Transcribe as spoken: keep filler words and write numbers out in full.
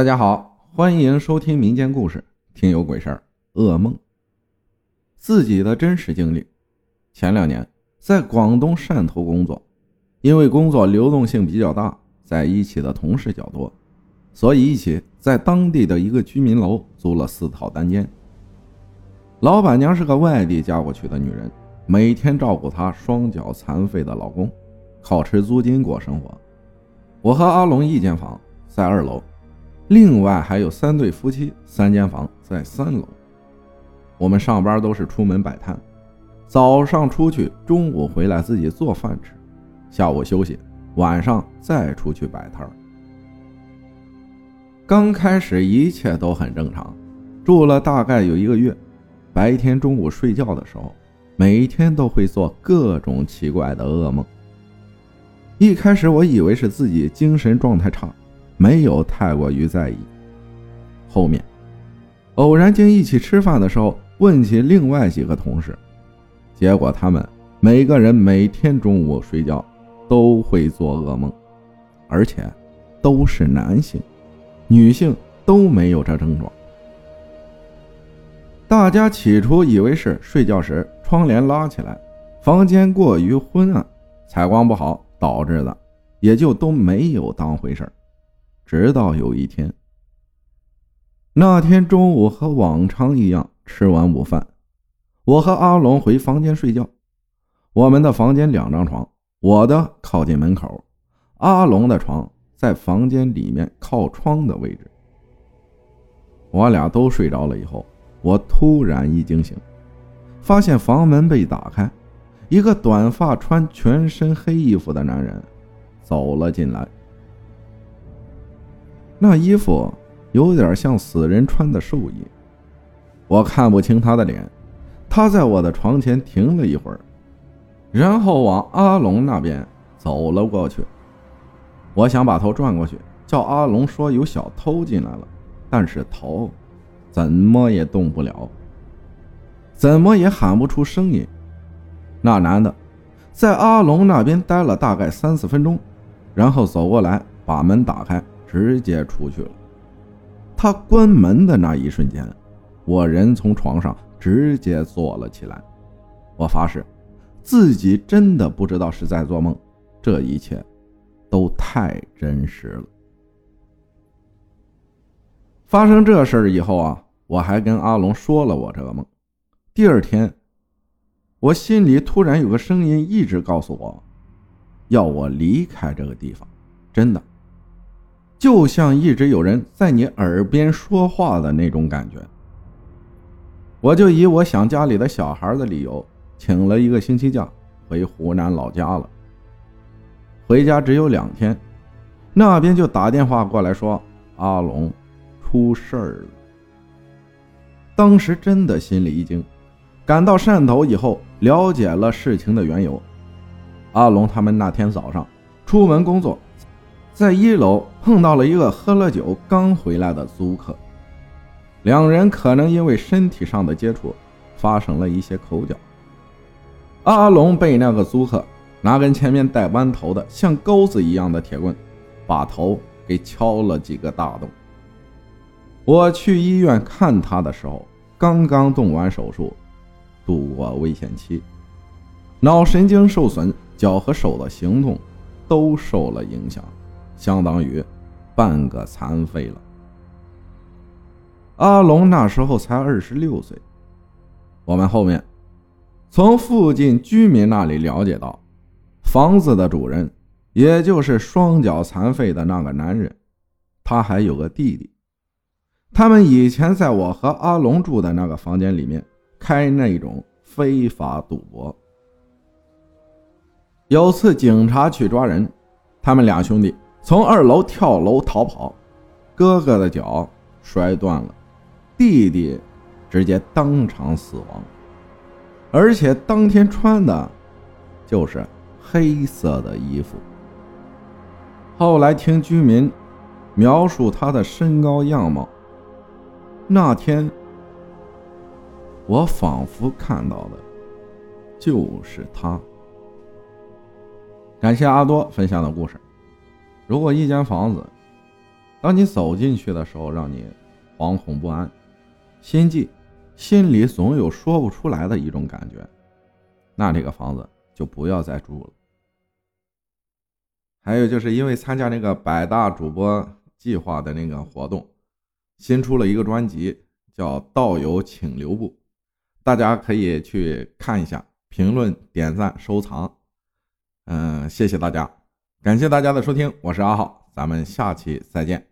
大家好，欢迎收听民间故事，听有鬼事儿噩梦。自己的真实经历，前两年在广东汕头工作，因为工作流动性比较大，在一起的同事较多，所以一起在当地的一个居民楼租了四套单间。老板娘是个外地嫁过去的女人，每天照顾她双脚残废的老公，靠吃租金过生活。我和阿龙一间房在二楼，另外还有三对夫妻，三间房在三楼。我们上班都是出门摆摊，早上出去，中午回来自己做饭吃，下午休息，晚上再出去摆摊。刚开始一切都很正常，住了大概有一个月，白天中午睡觉的时候，每天都会做各种奇怪的噩梦。一开始我以为是自己精神状态差，没有太过于在意。后面偶然间一起吃饭的时候，问起另外几个同事，结果他们每个人每天中午睡觉都会做噩梦，而且都是男性，女性都没有这症状。大家起初以为是睡觉时窗帘拉起来，房间过于昏暗，采光不好导致的，也就都没有当回事。直到有一天，那天中午和往常一样，吃完午饭，我和阿龙回房间睡觉。我们的房间两张床，我的靠近门口，阿龙的床在房间里面靠窗的位置。我俩都睡着了以后，我突然一惊醒，发现房门被打开，一个短发穿全身黑衣服的男人走了进来。那衣服有点像死人穿的寿衣，我看不清他的脸。他在我的床前停了一会儿，然后往阿龙那边走了过去。我想把头转过去，叫阿龙说有小偷进来了，但是头怎么也动不了，怎么也喊不出声音。那男的在阿龙那边待了大概三四分钟，然后走过来把门打开，直接出去了。他关门的那一瞬间，我人从床上直接坐了起来。我发誓自己真的不知道是在做梦，这一切都太真实了。发生这事以后啊，我还跟阿龙说了我这个梦。第二天，我心里突然有个声音一直告诉我，要我离开这个地方，真的，就像一直有人在你耳边说话的那种感觉。我就以我想家里的小孩的理由，请了一个星期假回湖南老家了。回家只有两天，那边就打电话过来说阿龙出事儿了。当时真的心里一惊，赶到汕头以后了解了事情的缘由。阿龙他们那天早上出门工作，在一楼碰到了一个喝了酒刚回来的租客，两人可能因为身体上的接触发生了一些口角。阿龙被那个租客拿根前面带弯头的像钩子一样的铁棍把头给敲了几个大洞。我去医院看他的时候，刚刚动完手术，度过危险期，脑神经受损，脚和手的行动都受了影响，相当于半个残废了。阿龙那时候才二十六岁。我们后面从附近居民那里了解到，房子的主人，也就是双脚残废的那个男人，他还有个弟弟。他们以前在我和阿龙住的那个房间里面开那种非法赌博。有次警察去抓人，他们俩兄弟从二楼跳楼逃跑，哥哥的脚摔断了，弟弟直接当场死亡，而且当天穿的就是黑色的衣服。后来听居民描述他的身高样貌，那天我仿佛看到的就是他。感谢阿多分享的故事。如果一间房子当你走进去的时候，让你惶恐不安，心悸，心里总有说不出来的一种感觉，那这个房子就不要再住了。还有就是因为参加那个百大主播计划的那个活动，新出了一个专辑叫道友请留步，大家可以去看一下，评论点赞收藏。嗯，谢谢大家，感谢大家的收听，我是阿浩，咱们下期再见。